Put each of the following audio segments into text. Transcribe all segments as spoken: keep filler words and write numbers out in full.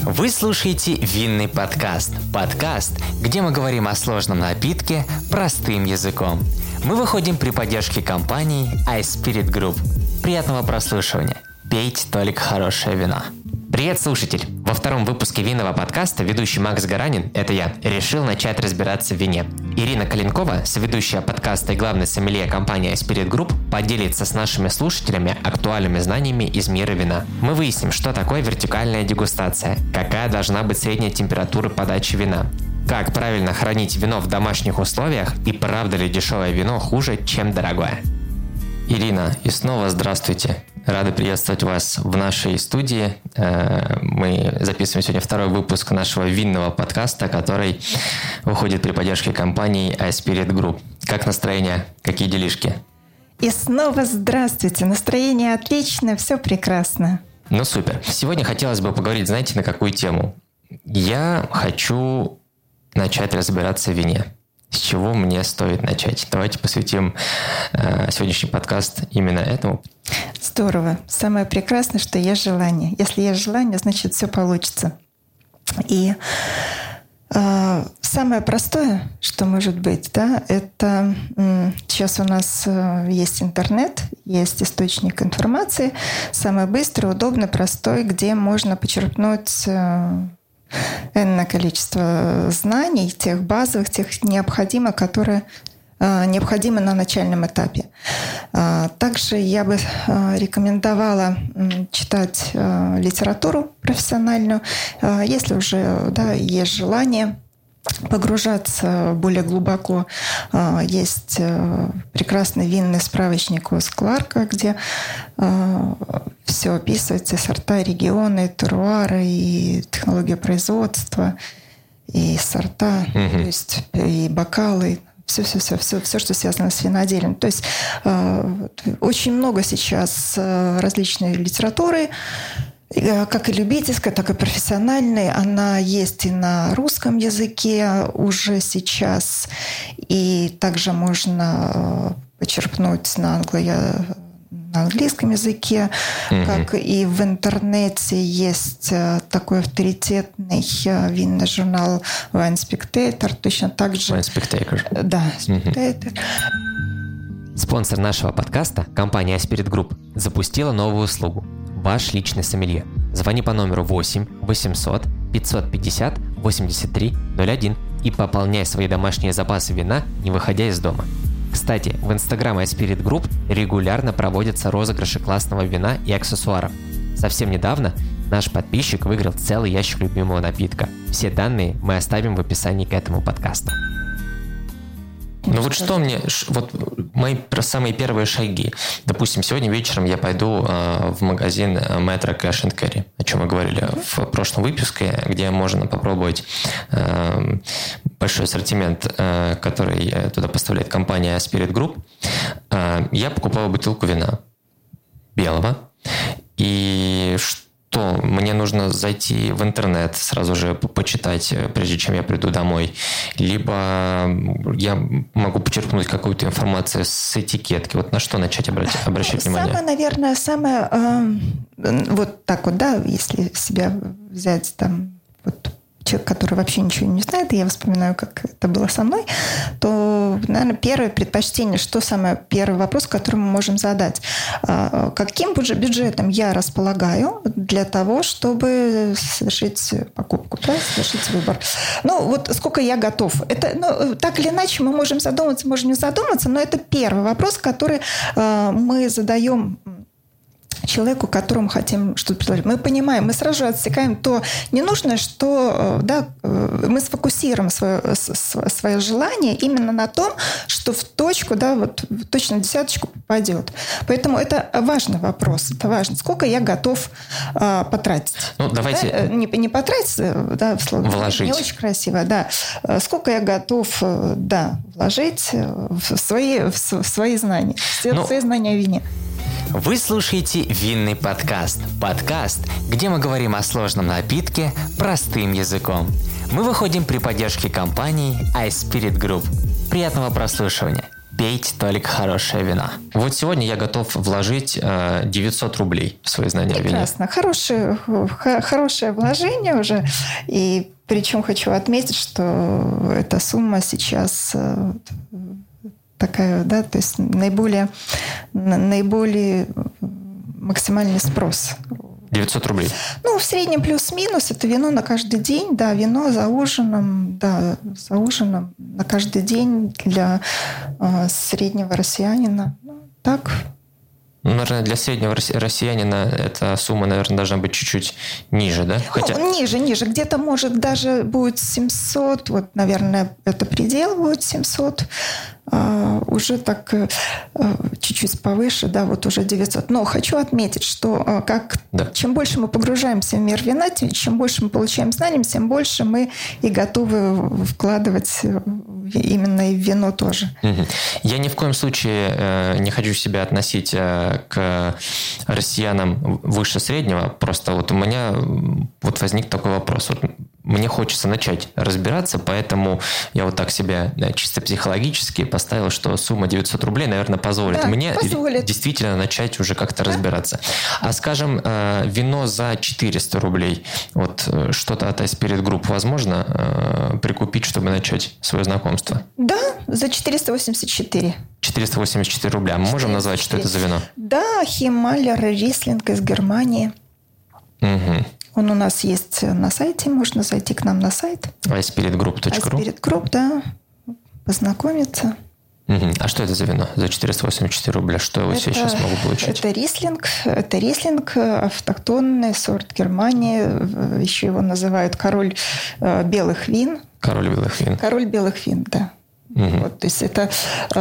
Вы слушаете винный подкаст. Подкаст, где мы говорим о сложном напитке простым языком. Мы выходим при поддержке компании iSpirit Group. Приятного прослушивания. Пейте только хорошее вино. Привет, слушатель! Во втором выпуске винного подкаста ведущий Макс Гаранин, это я, решил начать разбираться в вине. Ирина Калинкова, соведущая подкаста и главный сомелье компании iSpirit Group, поделится с нашими слушателями актуальными знаниями из мира вина. Мы выясним, что такое вертикальная дегустация, какая должна быть средняя температура подачи вина, как правильно хранить вино в домашних условиях и правда ли дешевое вино хуже, чем дорогое. Ирина, и снова здравствуйте. Рады приветствовать вас в нашей студии. Мы записываем сегодня второй выпуск нашего винного подкаста, который выходит при поддержке компании iSpirit Group. Как настроение? Какие делишки? И снова здравствуйте. Настроение отличное, все прекрасно. Ну супер. Сегодня хотелось бы поговорить, знаете, на какую тему? Я хочу начать разбираться в вине. С чего мне стоит начать? Давайте посвятим э, сегодняшний подкаст именно этому. Здорово. Самое прекрасное, что есть желание. Если есть желание, значит, все получится. И э, самое простое, что может быть, да, это э, сейчас у нас э, есть интернет, есть источник информации. Самый быстрый, удобный, простой, где можно почерпнуть э, энное количество знаний, тех базовых, тех необходимых, которые э, необходимы на начальном этапе. Э, также я бы э, рекомендовала э, читать э, литературу профессиональную, э, если уже да, есть желание погружаться более глубоко. Есть прекрасный винный справочник Ос Кларка, где все описывается: сорта, регионы, теруары, и технология производства, и сорта, mm-hmm. то есть и бокалы. Все-все-все, все, все, что связано с виноделием. То есть очень много сейчас различной литературы, как и любительская, так и профессиональная. Она есть и на русском языке уже сейчас, и также можно почерпнуть на, англо... на английском языке, mm-hmm. как и в интернете есть такой авторитетный винный журнал Wine Spectator, точно так же... Wine Spectator. Да, Spectator. Mm-hmm. Спонсор нашего подкаста, компания iSpirit Group, запустила новую услугу «Ваш личный сомелье». Звони по номеру восемь восемьсот пятьсот пятьдесят восемьдесят три ноль один и пополняй свои домашние запасы вина, не выходя из дома. Кстати, в Instagram iSpirit Group регулярно проводятся розыгрыши классного вина и аксессуаров. Совсем недавно наш подписчик выиграл целый ящик любимого напитка. Все данные мы оставим в описании к этому подкасту. Ну вот что мне, вот мои самые первые шаги. Допустим, сегодня вечером я пойду э, в магазин Metro Cash and Carry, о чем мы говорили в прошлом выпуске, где можно попробовать э, большой ассортимент, э, который туда поставляет компания iSpirit Group. Э, я покупаю бутылку вина белого. И что? То мне нужно зайти в интернет, сразу же почитать, прежде чем я приду домой. Либо я могу почерпнуть какую-то информацию с этикетки. Вот на что начать обращать, обращать самое, внимание? Самое, наверное, самое... Э, вот так вот, да, если себя взять там... Вот, человек, который вообще ничего не знает, и я вспоминаю, как это было со мной, то, наверное, первое предпочтение, что самый первый вопрос, который мы можем задать. Каким бюджетом я располагаю для того, чтобы совершить покупку, да, совершить выбор? Ну, вот сколько я готов. Это, ну, так или иначе, мы можем задуматься, можем не задуматься, но это первый вопрос, который мы задаем человеку, которому хотим что-то предложить. Мы понимаем, мы сразу же отсекаем то ненужное, что да, мы сфокусируем свое, свое желание именно на том, что в точку, да, вот точно в десяточку попадет. Поэтому это важный вопрос. Это важно. Сколько я готов а, потратить? Ну, давайте... Да? Не, не потратить, да, в слово. Вложить. Не очень красиво, да. Сколько я готов, да, вложить в свои, в свои знания, в ну... свои знания о вине. Вы слушаете винный подкаст. Подкаст, где мы говорим о сложном напитке простым языком. Мы выходим при поддержке компании iSpirit Group. Приятного прослушивания. Пейте только хорошее вино. Вот сегодня я готов вложить э, девятьсот рублей в свои знания о вине. Прекрасно. Хорошее, хорошее вложение уже. И причем хочу отметить, что эта сумма сейчас такая, да, то есть наиболее, наиболее максимальный спрос. девятьсот рублей. Ну, в среднем плюс-минус. Это вино на каждый день. Да, вино за ужином. Да, за ужином на каждый день для э, среднего россиянина. Ну, так. Ну, наверное, для среднего россиянина эта сумма, наверное, должна быть чуть-чуть ниже, да? Хотя... Ну, ниже, ниже. Где-то, может, даже будет семьсот. Вот, наверное, это предел будет семьсот. А, уже так а, чуть-чуть повыше, да, вот уже девятьсот. Но хочу отметить, что а, как, да. чем больше мы погружаемся в мир вина, чем больше мы получаем знаний, тем больше мы и готовы вкладывать именно и в вино тоже. Угу. Я ни в коем случае э, не хочу себя относить э, к россиянам выше среднего. Просто вот у меня вот возник такой вопрос. Вот мне хочется начать разбираться, поэтому я вот так себя чисто психологически поставил, что сумма девятьсот рублей, наверное, позволит да, мне позволит. действительно начать уже как-то да. разбираться. А скажем, вино за четыреста рублей, вот что-то от Spirit Group возможно прикупить, чтобы начать свое знакомство? Да, за четыреста восемьдесят четыре. четыреста восемьдесят четыре рубля. Мы можем назвать, что это за вино? Да, Химмалер Рислинг из Германии. Угу. Он у нас есть на сайте, можно зайти к нам на сайт. айспирит груп точка ру. айспирит груп, да, познакомиться. Угу. А что это за вино за четыреста восемьдесят четыре рубля? Что я это, сейчас могу получить? Это рислинг. Это рислинг, автохтонный сорт Германии. Еще его называют король белых вин. Король белых вин. Король белых вин, да. Угу. Вот, то есть это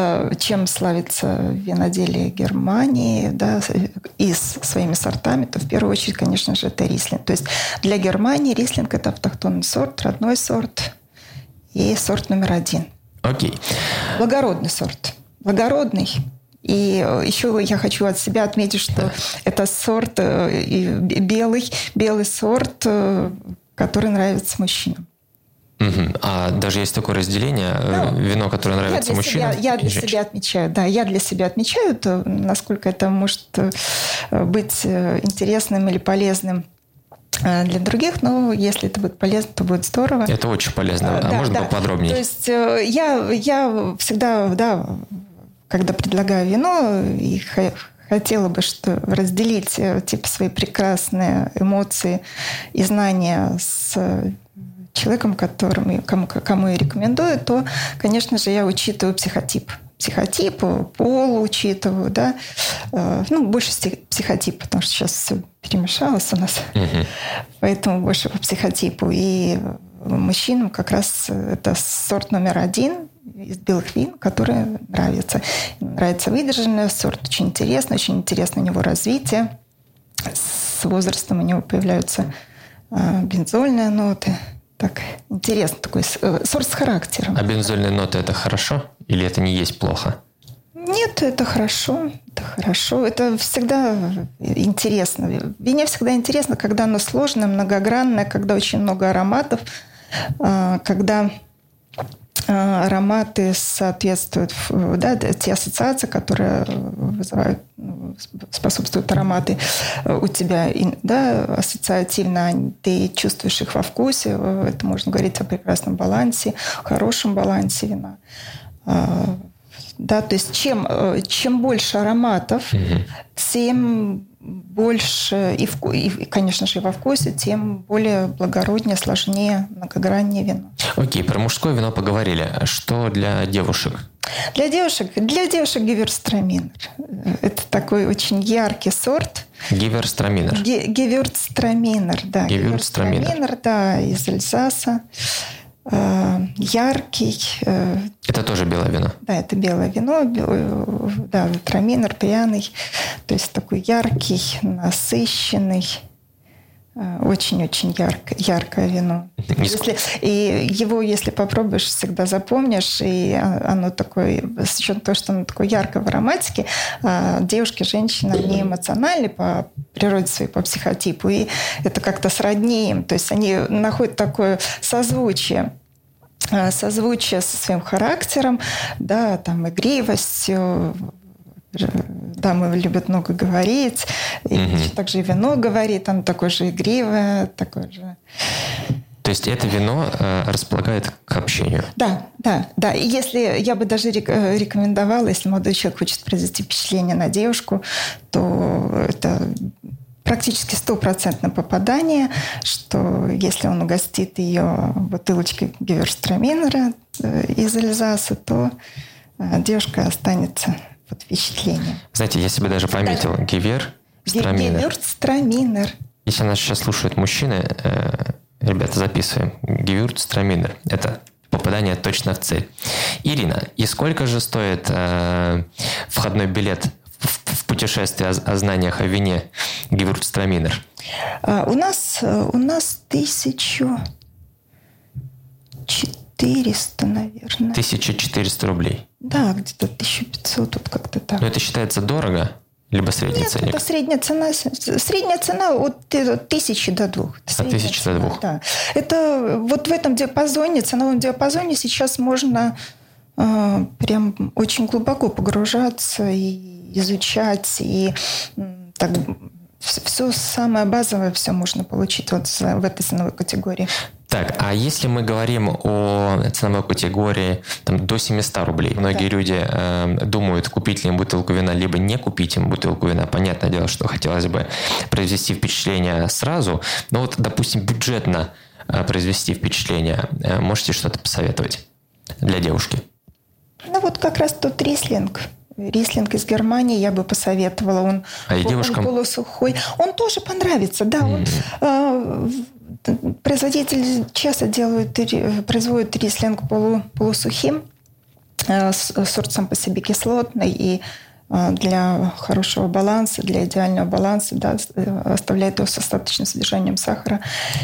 чем славится виноделие Германии, да, и с своими сортами, то в первую очередь, конечно же, это рислинг. То есть для Германии рислинг – это автохтонный сорт, родной сорт и сорт номер один. Окей. Благородный сорт. Благородный. И еще я хочу от себя отметить, что да. это сорт белый, белый сорт, который нравится мужчинам. Угу. А даже есть такое разделение, ну, вино, которое нравится мужчинам? Я для себя отмечаю, да, я для себя отмечаю, то, насколько это может быть интересным или полезным для других, но если это будет полезно, то будет здорово. Это очень полезно. А да, можно да. поподробнее? То есть я, я всегда, да, когда предлагаю вино, и хотела бы что разделить типа свои прекрасные эмоции и знания с человеком, которому, кому, кому я рекомендую, то, конечно же, я учитываю психотип. Психотип, пол учитываю, да. Ну, больше психотип, потому что сейчас все перемешалось у нас. Uh-huh. Поэтому больше по психотипу. И мужчинам как раз это сорт номер один из белых вин, который нравится. Нравится выдержанный сорт, очень интересный, очень интересно у него развитие. С возрастом у него появляются бензольные ноты. Так, интересно, такой сорт с характером. А бензольные ноты – это хорошо? Или это не есть плохо? Нет, это хорошо. Это хорошо. Это всегда интересно. В вине всегда интересно, когда оно сложное, многогранное, когда очень много ароматов, когда ароматы соответствуют, да, те ассоциации, которые вызывают, способствуют ароматы у тебя, да, ассоциативно, ты чувствуешь их во вкусе. Это можно говорить о прекрасном балансе, хорошем балансе вина. Да, то есть чем, чем больше ароматов, mm-hmm. тем больше, и, вку- и, конечно же, и во вкусе, тем более благороднее, сложнее, многограннее вино. Окей, про мужское вино поговорили. Что для девушек? Для девушек, для девушек Гевюрцтраминер. Это такой очень яркий сорт. Гевюрцтраминер. Гевюрцтраминер, да. Гевюрцтраминер, да, из Эльзаса. Яркий. Это тоже белое вино? Да, это белое вино. Да, траминер, пряный. То есть такой яркий, насыщенный. Очень-очень ярко, яркое вино. Если, и его, если попробуешь, всегда запомнишь. И оно такое, с учетом того, что оно такое яркое в ароматике, девушки, женщины, они эмоциональны по природе своей, по психотипу. И это как-то сродни им. То есть они находят такое созвучие. созвучие со своим характером, да, там, игривостью. Дамы любят много говорить, и mm-hmm. также и вино говорит, оно такое же игривое, такое же... То есть это вино э, располагает к общению? Да, да, да. И если я бы даже рекомендовала, если молодой человек хочет произвести впечатление на девушку, то это практически стопроцентное попадание, что если он угостит ее бутылочкой гевюрцтраминера из Эльзаса, то девушка останется под впечатлением. Знаете, я себе даже пометил да. гевюрцтраминер. Гевюрцтраминер. Если нас сейчас слушают мужчины, э, ребята, записываем. Гевюрцтраминер. Это попадание точно в цель. Ирина, и сколько же стоит э, входной билет в, в путешествие о, о знаниях о вине Гевюрцтраминер? А, у нас у нас тысячу четыреста, наверное. тысяча четыреста рублей. Да, где-то тысяча пятьсот, вот как-то так. Но это считается дорого? Либо средний Нет, ценник? это средняя цена. Средняя цена от тысячи до двух. От тысячи до двух. Да. Это вот в этом диапазоне, ценовом диапазоне сейчас можно э, прям очень глубоко погружаться и изучать, и э, так, все самое базовое все можно получить вот в этой ценовой категории. Так, а если мы говорим о ценовой категории там, до семьсот рублей, многие да. люди э, думают, купить ли им бутылку вина, либо не купить им бутылку вина. Понятное дело, что хотелось бы произвести впечатление сразу, но вот, допустим, бюджетно э, произвести впечатление, э, можете что-то посоветовать для девушки? Ну вот как раз тот рислинг. Рислинг из Германии я бы посоветовала. Он, а и он девушкам? полусухой. Он тоже понравится, да. Он, mm-hmm. э, производители часто делают, производят рислинг полу, полусухим. Э, сорт сам по себе кислотный. И э, для хорошего баланса, для идеального баланса, да, оставляет его с остаточным содержанием сахара.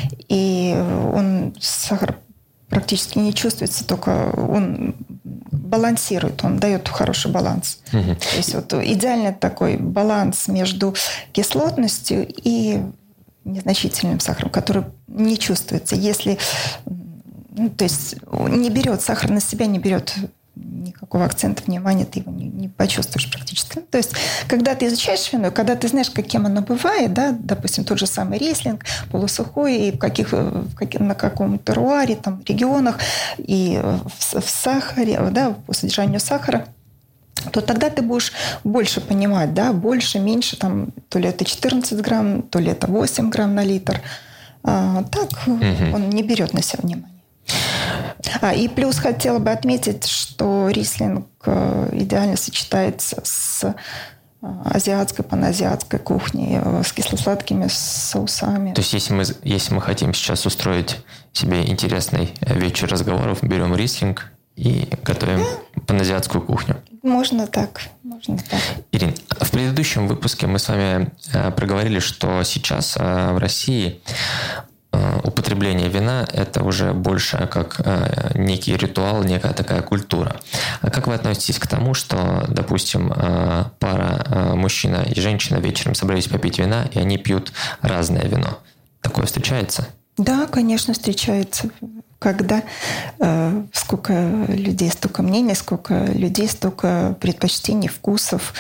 И он сахар практически не чувствуется, только он балансирует, он дает хороший баланс. Угу. То есть вот идеальный такой баланс между кислотностью и незначительным сахаром, который не чувствуется. Если, ну, то есть не берет сахар на себя, не берет никакого акцента внимания, ты его не, не почувствуешь практически. То есть, когда ты изучаешь вино, когда ты знаешь, каким оно бывает, да, допустим, тот же самый рислинг, полусухой, и в каких, в каких, на каком теруаре, там, регионах, и в, в сахаре, да, по содержанию сахара, то тогда ты будешь больше понимать, да, больше, меньше, там, то ли это четырнадцать грамм, то ли это восемь грамм на литр. А, так угу. он не берет на себя внимание. А, и плюс хотела бы отметить, что рислинг идеально сочетается с азиатской, паназиатской кухней, с кисло-сладкими соусами. То есть, если мы, если мы хотим сейчас устроить себе интересный вечер разговоров, берем рислинг и готовим да. паназиатскую кухню. Можно так, можно так. Ирина, в предыдущем выпуске мы с вами проговорили, что сейчас в России употребление вина – это уже больше как э, некий ритуал, некая такая культура. А как вы относитесь к тому, что, допустим, э, пара э, мужчина и женщина вечером собрались попить вина, и они пьют разное вино? Такое встречается? Да, конечно, встречается. Когда э, сколько людей, столько мнений, сколько людей, столько предпочтений, вкусов.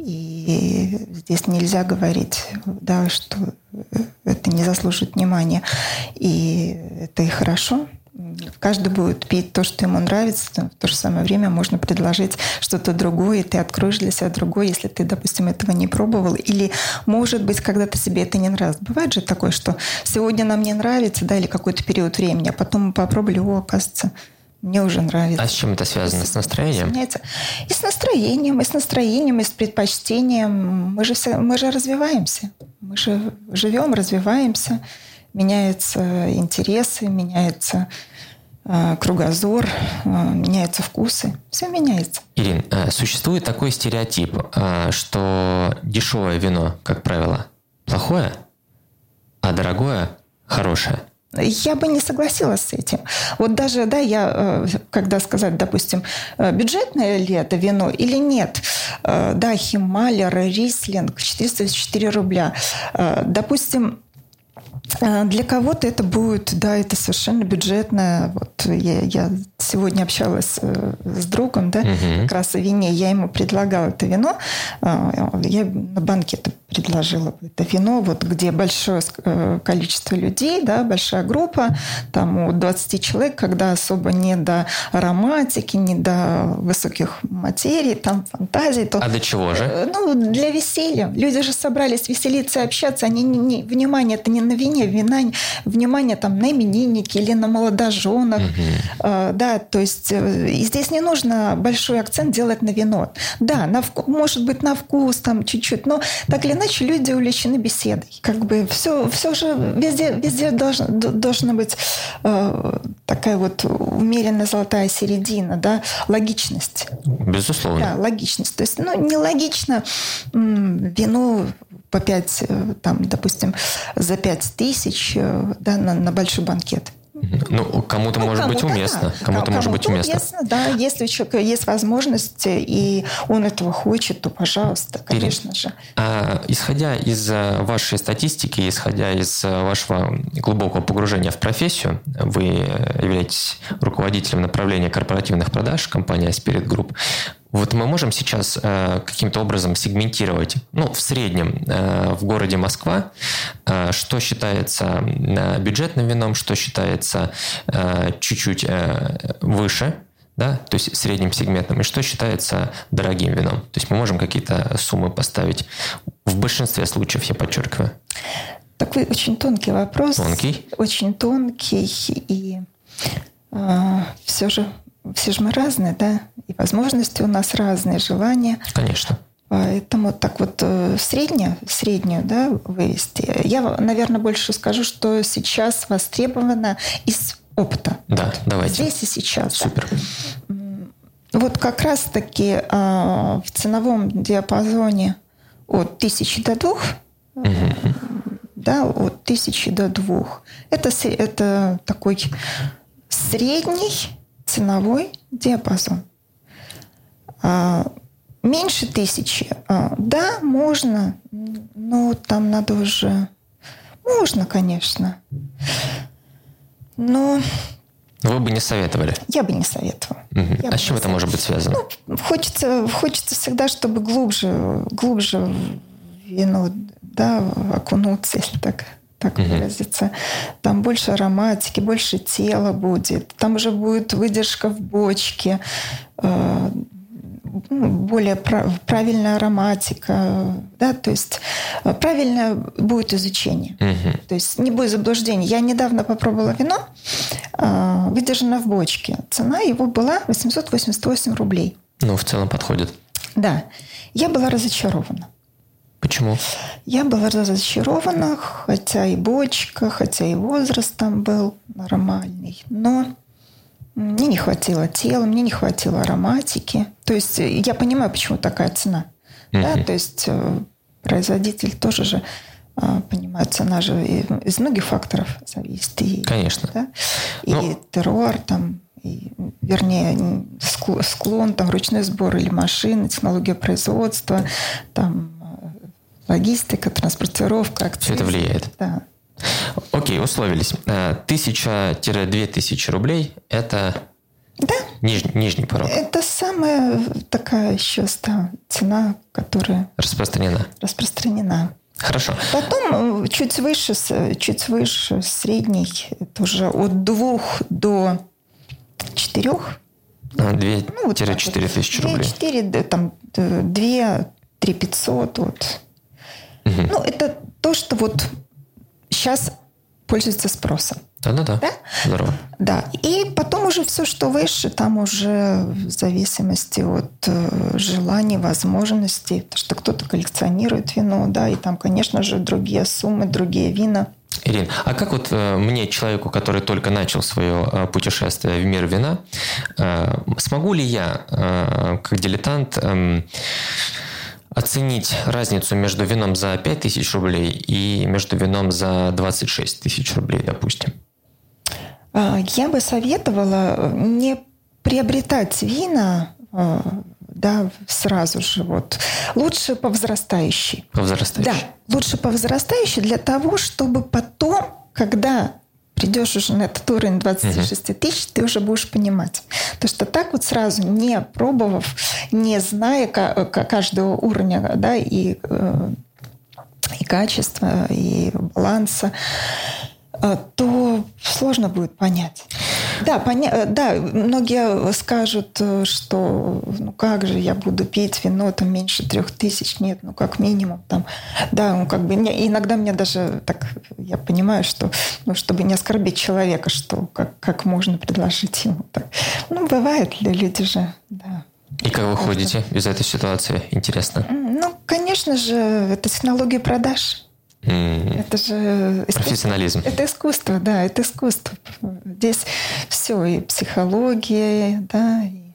И здесь нельзя говорить, да, что это не заслуживает внимания. И это и хорошо. Каждый будет пить то, что ему нравится. В то же самое время можно предложить что-то другое, и ты откроешь для себя другое, если ты, допустим, этого не пробовал. Или, может быть, когда-то себе это не нравится. Бывает же такое, что сегодня нам не нравится, да, или какой-то период времени, а потом мы попробовали, о, оказывается, мне уже нравится. А с чем это связано? С настроением? И с настроением, и с настроением, и с предпочтением. Мы же, все, мы же развиваемся. Мы же живем, развиваемся. Меняются интересы, меняется э, кругозор, э, меняются вкусы. Все меняется. Ирин, э, существует такой стереотип, э, что дешевое вино, как правило, плохое, а дорогое – хорошее. Я бы не согласилась с этим. Вот даже, да, я, когда сказать, допустим, бюджетное ли это вино или нет, да, Химмалер, Рислинг, четыреста четыре рубля. Допустим, Для кого-то это будет, да, это совершенно бюджетно. Вот я, я сегодня общалась с другом, да, uh-huh. как раз о вине. Я ему предлагала это вино. Я на банкете предложила это вино, вот где большое количество людей, да, большая группа, там у двадцати человек, когда особо не до ароматики, не до высоких материй, там фантазий. То, а до чего же? Ну, для веселья. Люди же собрались веселиться, общаться. Они не, не, внимание это не на вине, вина, внимание там на имениннике или на молодоженах. Угу. А, да, то есть и здесь не нужно большой акцент делать на вино. Да, на вкус, может быть, на вкус там чуть-чуть, но так или иначе люди увлечены беседой. Как бы все, все же везде, везде должна, должна быть э, такая вот умеренная золотая середина, да, логичность. Безусловно. Да, логичность. То есть, ну, нелогично м, вино по пять, там, допустим, за пять тысяч, да, на, на большой банкет. Ну, кому-то ну, может кому-то, быть уместно. Да. Кому-то, кому-то может быть уместно. уместно. Да, если у человека есть возможность, и он этого хочет, то, пожалуйста, конечно же. А, исходя из вашей статистики, исходя из вашего глубокого погружения в профессию, вы являетесь руководителем направления корпоративных продаж компании Spirit Group. Вот мы можем сейчас э, каким-то образом сегментировать, ну, в среднем э, в городе Москва, э, что считается э, бюджетным вином, что считается э, чуть-чуть э, выше, да, то есть средним сегментом, и что считается дорогим вином. То есть мы можем какие-то суммы поставить в большинстве случаев, я подчеркиваю. Такой очень тонкий вопрос. Тонкий. Очень тонкий, и э, все же... Все же мы разные, да, и возможности у нас разные, желания. Конечно. Поэтому так вот среднюю, среднюю, да, вывести. Я, наверное, больше скажу, что сейчас востребовано из опыта. Да, вот давайте. Здесь и сейчас. Супер. Вот как раз-таки в ценовом диапазоне от тысячи до двух, угу. да, от тысячи до двух. Это, это такой средний ценовой диапазон. А, меньше тысячи. А, да, можно, но там надо уже... Можно, конечно. Но... Вы бы не советовали? Я бы не советовала. Угу. А с чем это может быть связано? Ну, хочется, хочется всегда, чтобы глубже, глубже в вино, да, окунуться, если так... так угу. выразиться. Там больше ароматики, больше тела будет. Там уже будет выдержка в бочке, э, более прав, правильная ароматика. Да? То есть правильное будет изучение. Угу. То есть не будет заблуждений. Я недавно попробовала вино, э, выдержанное в бочке. Цена его была восемьсот восемьдесят восемь рублей. Ну, в целом подходит. Да. Я была разочарована. Почему? Я была разочарована, хотя и бочка, хотя и возраст там был нормальный. Но мне не хватило тела, мне не хватило ароматики. То есть я понимаю, почему такая цена. Mm-hmm. Да? То есть производитель тоже же понимает, цена же из многих факторов зависит. И, конечно. Да? И Но... терроир там, и, вернее, склон, там, ручной сбор или машины, технология производства, там, логистика, транспортировка, акциз. Все это влияет. Да. Окей, условились. Тысяча-две тысячи рублей – это да. ниж, нижний порог. Это самая такая еще да, цена, которая распространена. распространена. Хорошо. Потом чуть выше, чуть выше средний, это уже от двух до четырех. Две-четыре ну, тысячи рублей. Две-четыре, там, две-три пятьсот, вот. Угу. Ну, это то, что вот сейчас пользуется спросом. Да-да-да. Да? Здорово. Да. И потом уже все, что выше, там уже в зависимости от э, желаний, возможностей. Потому что кто-то коллекционирует вино, да, и там, конечно же, другие суммы, другие вина. Ирина, а как вот э, мне, человеку, который только начал свое э, путешествие в мир вина, э, смогу ли я, э, как дилетант, э, оценить разницу между вином за пять тысяч рублей и между вином за двадцать шесть тысяч рублей, допустим? Я бы советовала не приобретать вина да, сразу же. Вот. Лучше по возрастающей. По возрастающей? Да, лучше по возрастающей для того, чтобы потом когда придешь уже на этот уровень двадцать шесть тысяч, ты уже будешь понимать. Потому что так вот сразу, не пробовав, не зная каждого уровня, да, и, и качества, и баланса, то сложно будет понять. Да, поня... да, многие скажут, что ну как же я буду пить вино там меньше трех тысяч, нет, ну как минимум там, да, ну как бы мне, иногда мне даже так, я понимаю, что ну чтобы не оскорбить человека, что как как можно предложить ему так, ну бывает, люди же, да. И как вы ходите из этой ситуации, интересно? Ну, конечно же, это технология продаж. Mm. Это же профессионализм. Это искусство, да, это искусство. Здесь все, и психология, да, и,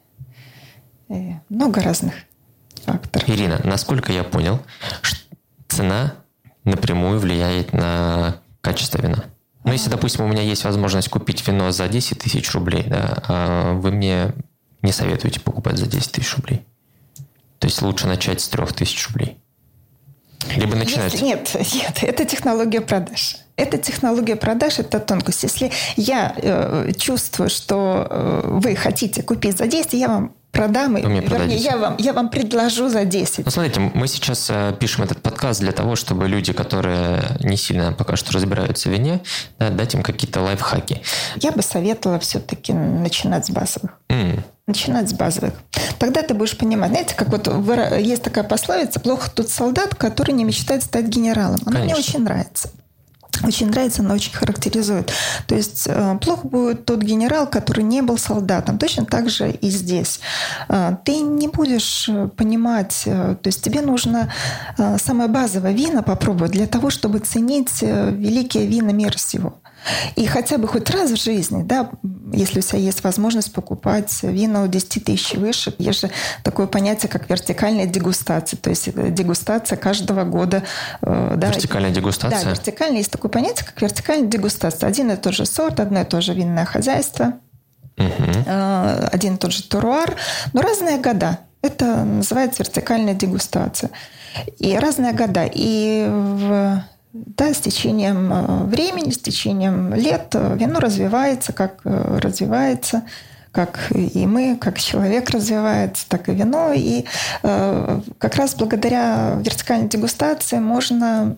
и много разных факторов. Ирина, насколько я понял, цена напрямую влияет на качество вина. Ну, если, допустим, у меня есть возможность купить вино за десять тысяч рублей, да, а вы мне не советуете покупать за десять тысяч рублей. То есть лучше начать с трех тысяч рублей. Либо начинать... Если, нет, нет, это технология продаж. Это технология продаж, это тонкость. Если я э, чувствую, что э, вы хотите купить за десять, я вам продам, Вы мне вернее, я вам, я вам предложу за десять. Ну, смотрите, мы сейчас э, пишем этот подкаст для того, чтобы люди, которые не сильно пока что разбираются в вине, да, дать им какие-то лайфхаки. Я бы советовала все-таки начинать с базовых. Mm. Начинать с базовых. Тогда ты будешь понимать. Знаете, как вот есть такая пословица: плохо тот солдат, который не мечтает стать генералом. Она Конечно. мне очень нравится. Очень нравится, она очень характеризует. То есть э, плохо будет тот генерал, который не был солдатом. Точно так же и здесь. Э, ты не будешь понимать, э, то есть тебе нужно э, самое базовое вино попробовать для того, чтобы ценить э, великие вина мира сего. И хотя бы хоть раз в жизни, да, если у тебя есть возможность покупать вина от десяти тысяч и выше, есть же такое понятие, как вертикальная дегустация. То есть дегустация каждого года. Да, вертикальная дегустация? Да, вертикальная. Есть такое понятие, как вертикальная дегустация. Один и тот же сорт, одно и то же винное хозяйство, угу. один и тот же теруар, но разные года. Это называется вертикальная дегустация. И разные года. И в... Да, с течением времени, с течением лет вино развивается, как развивается, как и мы, как человек развивается, так и вино. И э, как раз благодаря вертикальной дегустации можно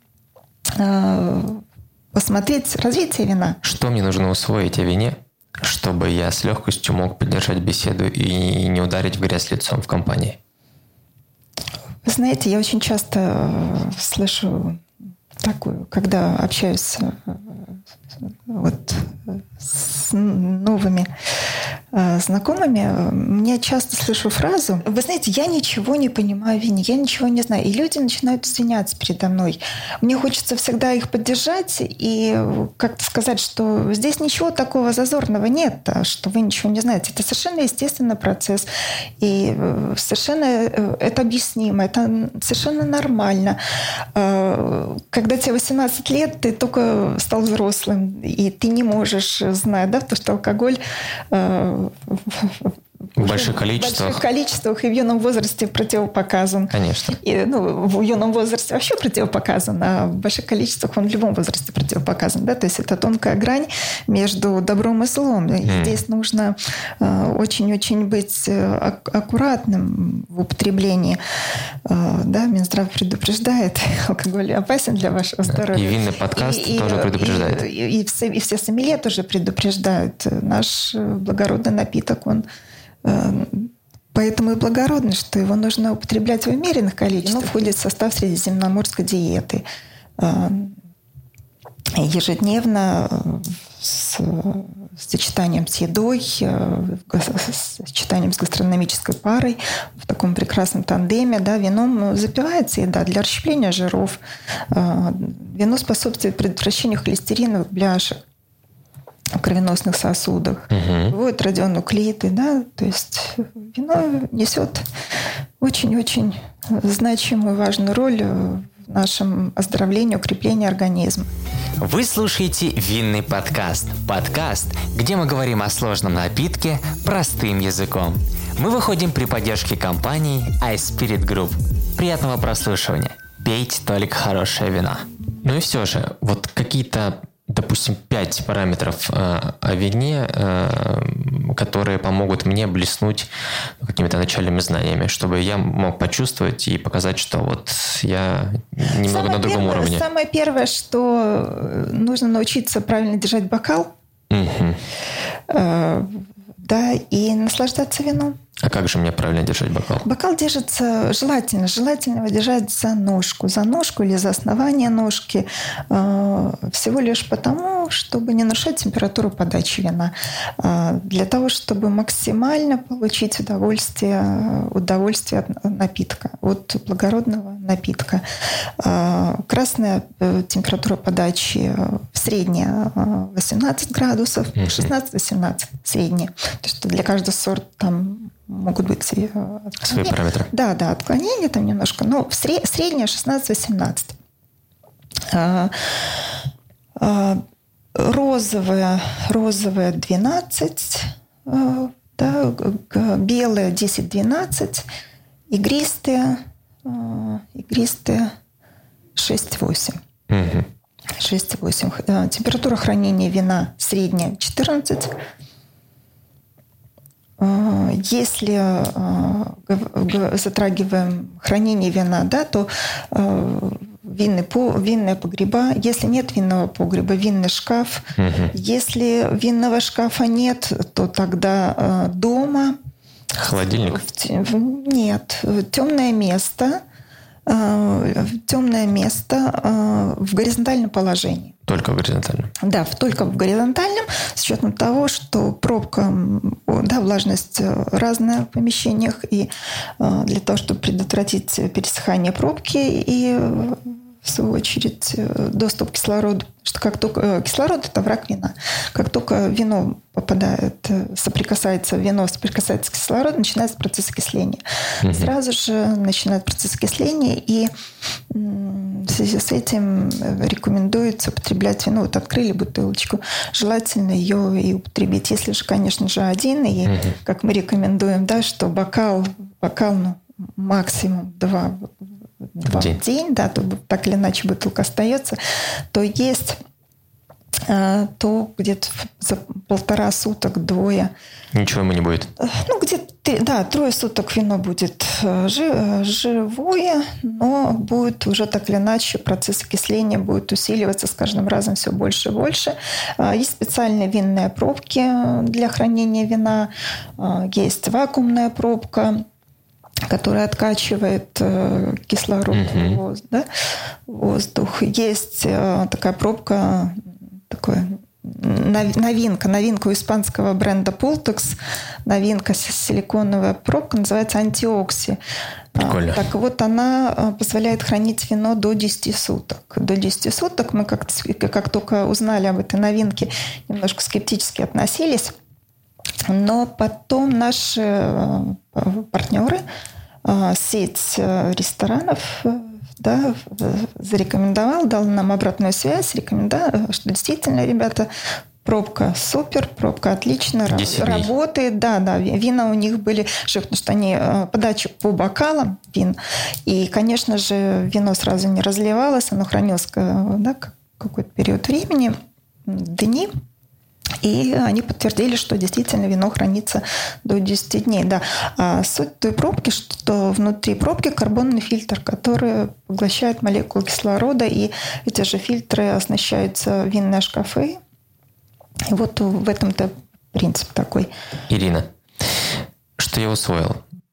э, посмотреть развитие вина. Что мне нужно усвоить о вине, чтобы я с легкостью мог поддержать беседу и не ударить в грязь лицом в компании? Вы знаете, я очень часто слышу такую, когда общаюсь вот с новыми знакомыми, мне часто слышу фразу: вы знаете, я ничего не понимаю в вине, я ничего не знаю. И люди начинают извиняться передо мной. Мне хочется всегда их поддержать и как-то сказать, что здесь ничего такого зазорного нет, что вы ничего не знаете. Это совершенно естественный процесс. И совершенно это объяснимо, это совершенно нормально. Когда тебе восемнадцать лет, ты только стал взрослым, и ты не можешь знать, да, потому что алкоголь в больших количествах. В больших количествах и в юном возрасте противопоказан. Конечно. И, ну, в юном возрасте вообще противопоказан, а в больших количествах он в любом возрасте противопоказан. Да? То есть это тонкая грань между добром и злом. И mm. здесь нужно э, очень-очень быть ак- аккуратным в употреблении. Э, да, Минздрав предупреждает, алкоголь опасен для вашего здоровья. И винный подкаст и, тоже и, предупреждает. И, и, и, все, и все сомелье тоже предупреждают. Наш благородный напиток, он поэтому и благородный, что его нужно употреблять в умеренных количествах. Оно входит в состав средиземноморской диеты. Ежедневно с сочетанием с едой, с сочетанием с гастрономической парой, в таком прекрасном тандеме, да, вином запивается еда для расщепления жиров. Вино способствует предотвращению холестериновых бляшек в кровеносных сосудах, угу. выводит радионуклиды, да, то есть вино несет очень-очень значимую, важную роль в нашем оздоровлении, укреплении организма. Вы слушаете винный подкаст. Подкаст, где мы говорим о сложном напитке простым языком. Мы выходим при поддержке компании iSpirit Group. Приятного прослушивания. Пейте только хорошее вино. Ну и все же, вот какие-то допустим, пять параметров э, о вине, э, которые помогут мне блеснуть какими-то начальными знаниями, чтобы я мог почувствовать и показать, что вот я немного самое на другом первое, уровне. Самое первое, что нужно научиться правильно держать бокал, угу. э, да, и наслаждаться вином. А как же мне правильно держать бокал? Бокал держится желательно. Желательно его держать за ножку. За ножку или за основание ножки. Э, всего лишь потому, чтобы не нарушать температуру подачи вина. Э, для того, чтобы максимально получить удовольствие, удовольствие от напитка, от благородного напитка. Э, красная температура подачи средняя восемнадцать градусов, шестнадцать-восемнадцать средняя. То есть для каждого сорта там могут быть свои параметры. Да, да, отклонения там немножко, но в сред... средняя шестнадцать-восемнадцать. А, а, розовая, розовая двенадцать, а, да, белая десять-двенадцать, игристая, а, игристая шесть-восемь. Угу. шесть-восемь. Температура хранения вина средняя четырнадцать. Если затрагиваем хранение вина, да, то винный, винные погреба. Если нет винного погреба, винный шкаф. Угу. Если винного шкафа нет, то тогда дома. Холодильник? Нет. Темное место. Темное место в горизонтальном положении. Только в горизонтальном? Да, только в горизонтальном, с учетом того, что пробка, да, влажность разная в помещениях, и для того, чтобы предотвратить пересыхание пробки и, в свою очередь, доступ к кислороду, что как только кислород – это враг вина. Как только вино попадает, соприкасается, вино соприкасается с кислородом, начинается процесс окисления. Угу. Сразу же начинает процесс окисления, и в связи с этим рекомендуется употреблять вино. Вот открыли бутылочку, желательно ее и употребить. Если же, конечно же, один, и угу. как мы рекомендуем, да, что бокал, бокал ну, максимум два Два в день, день да, то так или иначе бутылка остается, то есть то где-то за полтора суток, двое. Ничего ему не будет? Ну, где-то, да, трое суток вино будет живое, но будет уже так или иначе процесс окисления будет усиливаться с каждым разом все больше и больше. Есть специальные винные пробки для хранения вина, есть вакуумная пробка, которая откачивает э, кислород uh-huh. в воздух, да? воздух. Есть э, такая пробка, такая новинка, новинка у испанского бренда Pultex, новинка силиконовая пробка, называется антиокси. Прикольно. Так вот, она позволяет хранить вино до десяти суток. До десяти суток мы как, как только узнали об этой новинке, немножко скептически относились. Но потом наши партнеры, сеть ресторанов, да, зарекомендовал, дал нам обратную связь, рекомендовал, что действительно, ребята, пробка супер, пробка отлично, работает. Да, да, вина у них были живы, потому что они подача по бокалам вин. И, конечно же, вино сразу не разливалось, оно хранилось, да, какой-то период времени, дни. И они подтвердили, что действительно вино хранится до десяти дней. Да. А суть той пробки, что внутри пробки карбонный фильтр, который поглощает молекулы кислорода, и эти же фильтры оснащаются винные шкафы. И вот в этом-то принцип такой. Ирина, что я усвоил?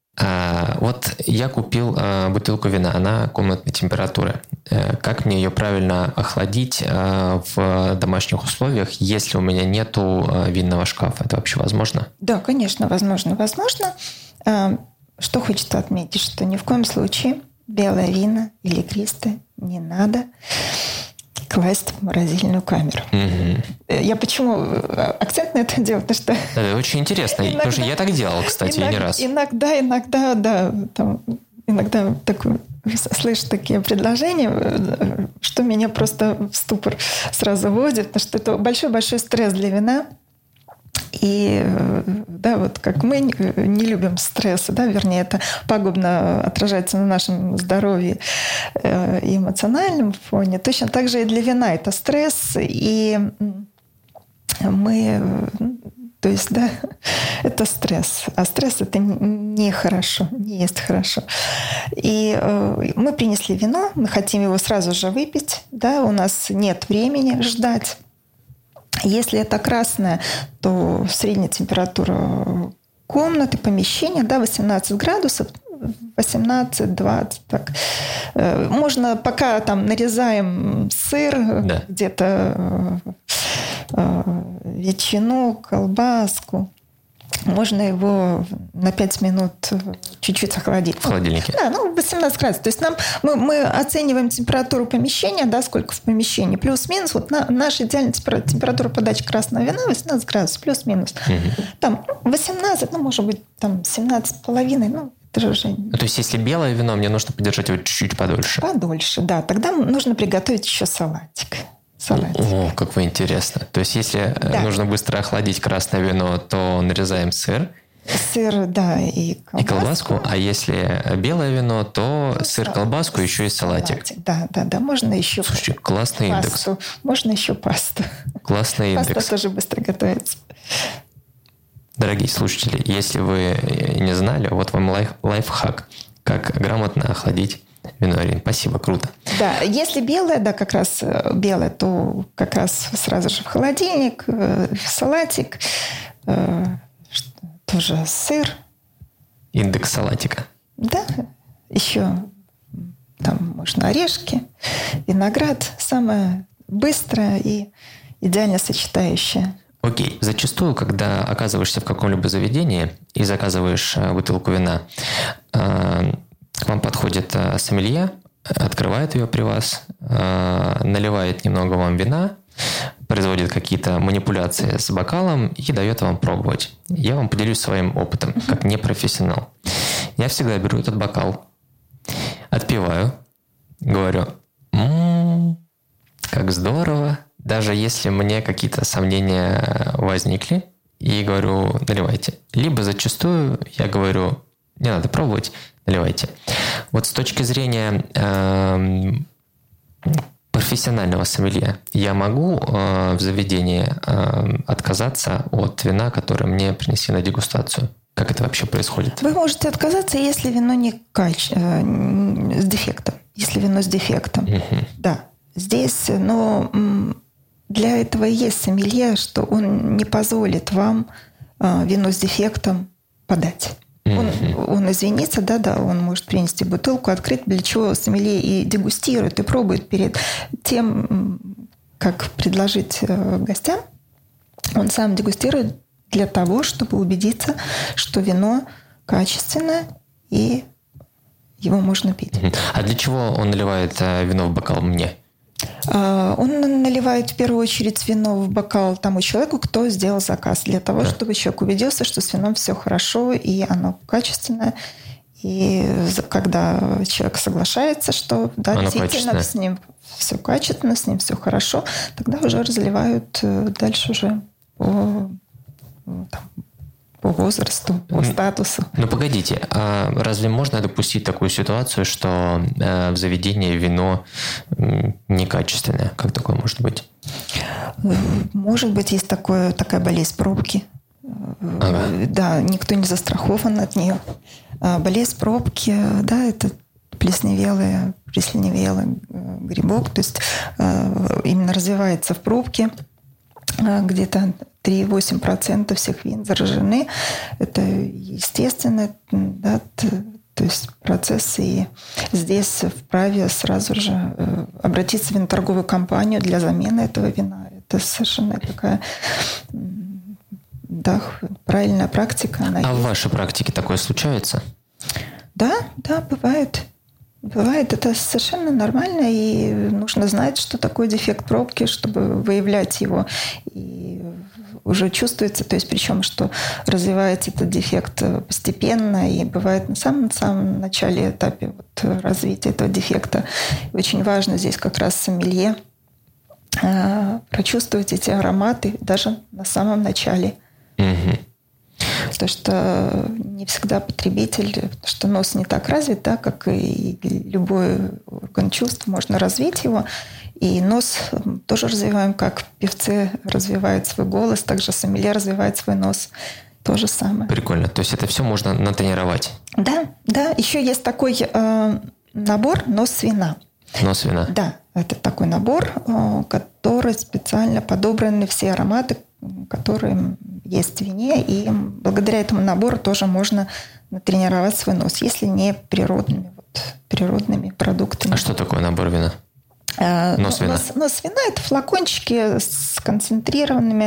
А, вот я купил а, бутылку вина, она комнатной температуры. А, как мне ее правильно охладить а, в домашних условиях, если у меня нету а, винного шкафа? Это вообще возможно? Да, конечно, возможно. Возможно. А, что хочется отметить, что ни в коем случае белое вино или игристое не надо класть в морозильную камеру. Угу. Я почему акцент на это делаю? Потому что это очень интересно. Иногда, потому что я так делал, кстати, иногда, не раз. Иногда, иногда, да, там, иногда такой, слышу такие предложения, что меня просто в ступор сразу вводит, потому что это большой-большой стресс для вина. И да, вот как мы не любим стресса, да, вернее, это пагубно отражается на нашем здоровье и эмоциональном фоне, точно так же и для вина это стресс, и мы, то есть, да, это стресс, а стресс это нехорошо, не есть хорошо. И мы принесли вино, мы хотим его сразу же выпить, да, у нас нет времени ждать. Если это красное, то средняя температура комнаты, помещения, да, восемнадцать градусов, восемнадцать-двадцать. Так. Можно, пока там нарезаем сыр, да. где-то ветчину, колбаску, можно его на пять минут чуть-чуть охладить. В холодильнике? Да, ну, восемнадцать градусов. То есть нам, мы, мы оцениваем температуру помещения, да, сколько в помещении, плюс-минус. Вот на, наша идеальная температура подачи красного вина восемнадцать градусов, плюс-минус. Угу. Там восемнадцать, ну, может быть, там семнадцать с половиной, ну, это же уже... Ну, то есть, если белое вино, мне нужно подержать его чуть-чуть подольше? Подольше, да. Тогда нужно приготовить еще салатик. Салатик. О, как вы интересно. То есть, если да. нужно быстро охладить красное вино, то нарезаем сыр. Сыр, да, и колбаску. И колбаску. А если белое вино, то ну, сыр, колбаску, еще и салатик. салатик. Да, да, да. Можно еще Слушайте, классный пасту. индекс. Можно еще пасту. Классный индекс. Паста тоже быстро готовится. Дорогие слушатели, если вы не знали, вот вам лайф, лайфхак, как грамотно охладить вино. Арина, спасибо, круто. Да, если белое, да, как раз белое, то как раз сразу же в холодильник, в салатик, тоже сыр. Индекс салатика. Да, еще там можно орешки, виноград. Самое быстрое и идеально сочетающее. Окей. Зачастую, когда оказываешься в каком-либо заведении и заказываешь бутылку вина, к вам подходит сомелье, открывает ее при вас, наливает немного вам вина, производит какие-то манипуляции с бокалом и дает вам пробовать. Я вам поделюсь своим опытом, как непрофессионал. Я всегда беру этот бокал, отпиваю, говорю, м-м, как здорово. Даже если мне какие-то сомнения возникли, и говорю, наливайте. Либо зачастую я говорю, не надо пробовать, наливайте. Вот с точки зрения э, профессионального сомелье, я могу э, в заведении э, отказаться от вина, которое мне принесли на дегустацию? Как это вообще происходит? Вы можете отказаться, если вино не каче... э, с дефектом. Если вино с дефектом. Угу. Да. Здесь, но для этого и есть сомелье, что он не позволит вам э, вино с дефектом подать. Он, он извинится, да-да, он может принести бутылку, открыть, для чего сомелье и дегустирует, и пробует перед тем, как предложить гостям. Он сам дегустирует для того, чтобы убедиться, что вино качественное и его можно пить. А для чего он наливает вино в бокал мне? Он наливает в первую очередь вино в бокал тому человеку, кто сделал заказ, для того, да. чтобы человек убедился, что с вином все хорошо и оно качественное. И когда человек соглашается, что да, действительно с ним все качественно, с ним все хорошо, тогда уже разливают дальше уже по, там, по возрасту, по статусу. Ну, погодите, а разве можно допустить такую ситуацию, что э, в заведении вино э, некачественное? Как такое может быть? Может быть, есть такое, такая болезнь пробки. Ага. Да, никто не застрахован от нее. Болезнь пробки, да, это плесневелый, плесневелый грибок, то есть э, именно развивается в пробке. Где-то три целых восемь десятых процента всех вин заражены. Это естественно, да, то есть процесс. И здесь вправе сразу же обратиться в виноторговую компанию для замены этого вина. Это совершенно такая, да, правильная практика. Она а есть. В вашей практике такое случается? Да, да, бывает. Бывает, это совершенно нормально, и нужно знать, что такое дефект пробки, чтобы выявлять его. И уже чувствуется, то есть причем, что развивается этот дефект постепенно, и бывает на самом-самом начале этапе вот развития этого дефекта. И очень важно здесь как раз сомелье прочувствовать эти ароматы даже на самом начале. Угу. Потому что не всегда потребитель, что нос не так развит, да, как и любой орган чувств, можно развить его. И нос тоже развиваем, как певцы развивают свой голос, также сомелье развивает свой нос. То же самое. Прикольно. То есть это все можно натренировать? Да, да. Еще есть такой э, набор «Нос вина». Нос вина? Да. Это такой набор, э, который специально подобраны все ароматы, которые есть в вине. И благодаря этому набору тоже можно натренировать свой нос, если не природными, вот, природными продуктами. А что такое набор вина? Нос вина. Нос, нос вина – это флакончики с концентрированными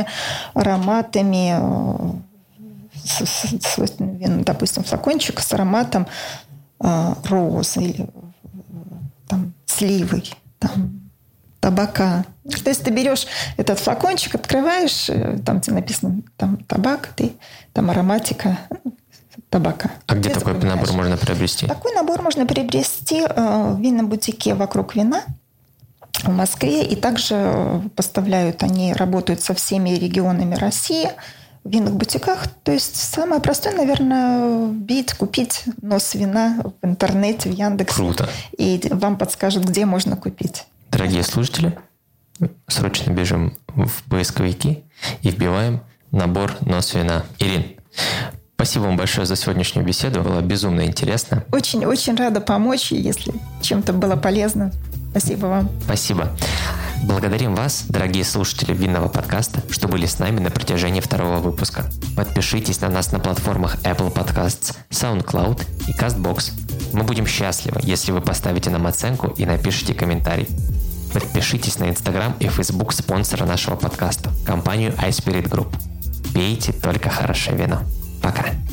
ароматами, свойственным вину. Допустим, флакончик с ароматом э, розы или там, сливы, там, табака. То есть ты берешь этот флакончик, открываешь, там тебе написано там, табак, ты, там ароматика табака. А где такой набор можно приобрести? Такой набор можно приобрести э, в винном бутике «Вокруг вина» в Москве. И также поставляют, они работают со всеми регионами России в винных бутиках. То есть самое простое, наверное, бить, купить нос вина в интернете, в Яндексе. Круто. И вам подскажут, где можно купить. Дорогие слушатели, срочно бежим в поисковики и вбиваем набор нос вина. Ирин, спасибо вам большое за сегодняшнюю беседу. Было безумно интересно. Очень-очень рада помочь, если чем-то было полезно. Спасибо вам. Спасибо. Благодарим вас, дорогие слушатели винного подкаста, что были с нами на протяжении второго выпуска. Подпишитесь на нас на платформах Apple Podcasts, SoundCloud и CastBox. Мы будем счастливы, если вы поставите нам оценку и напишите комментарий. Подпишитесь на Instagram и Facebook спонсора нашего подкаста, компанию iSpirit Group. Пейте только хорошее вино. Пока.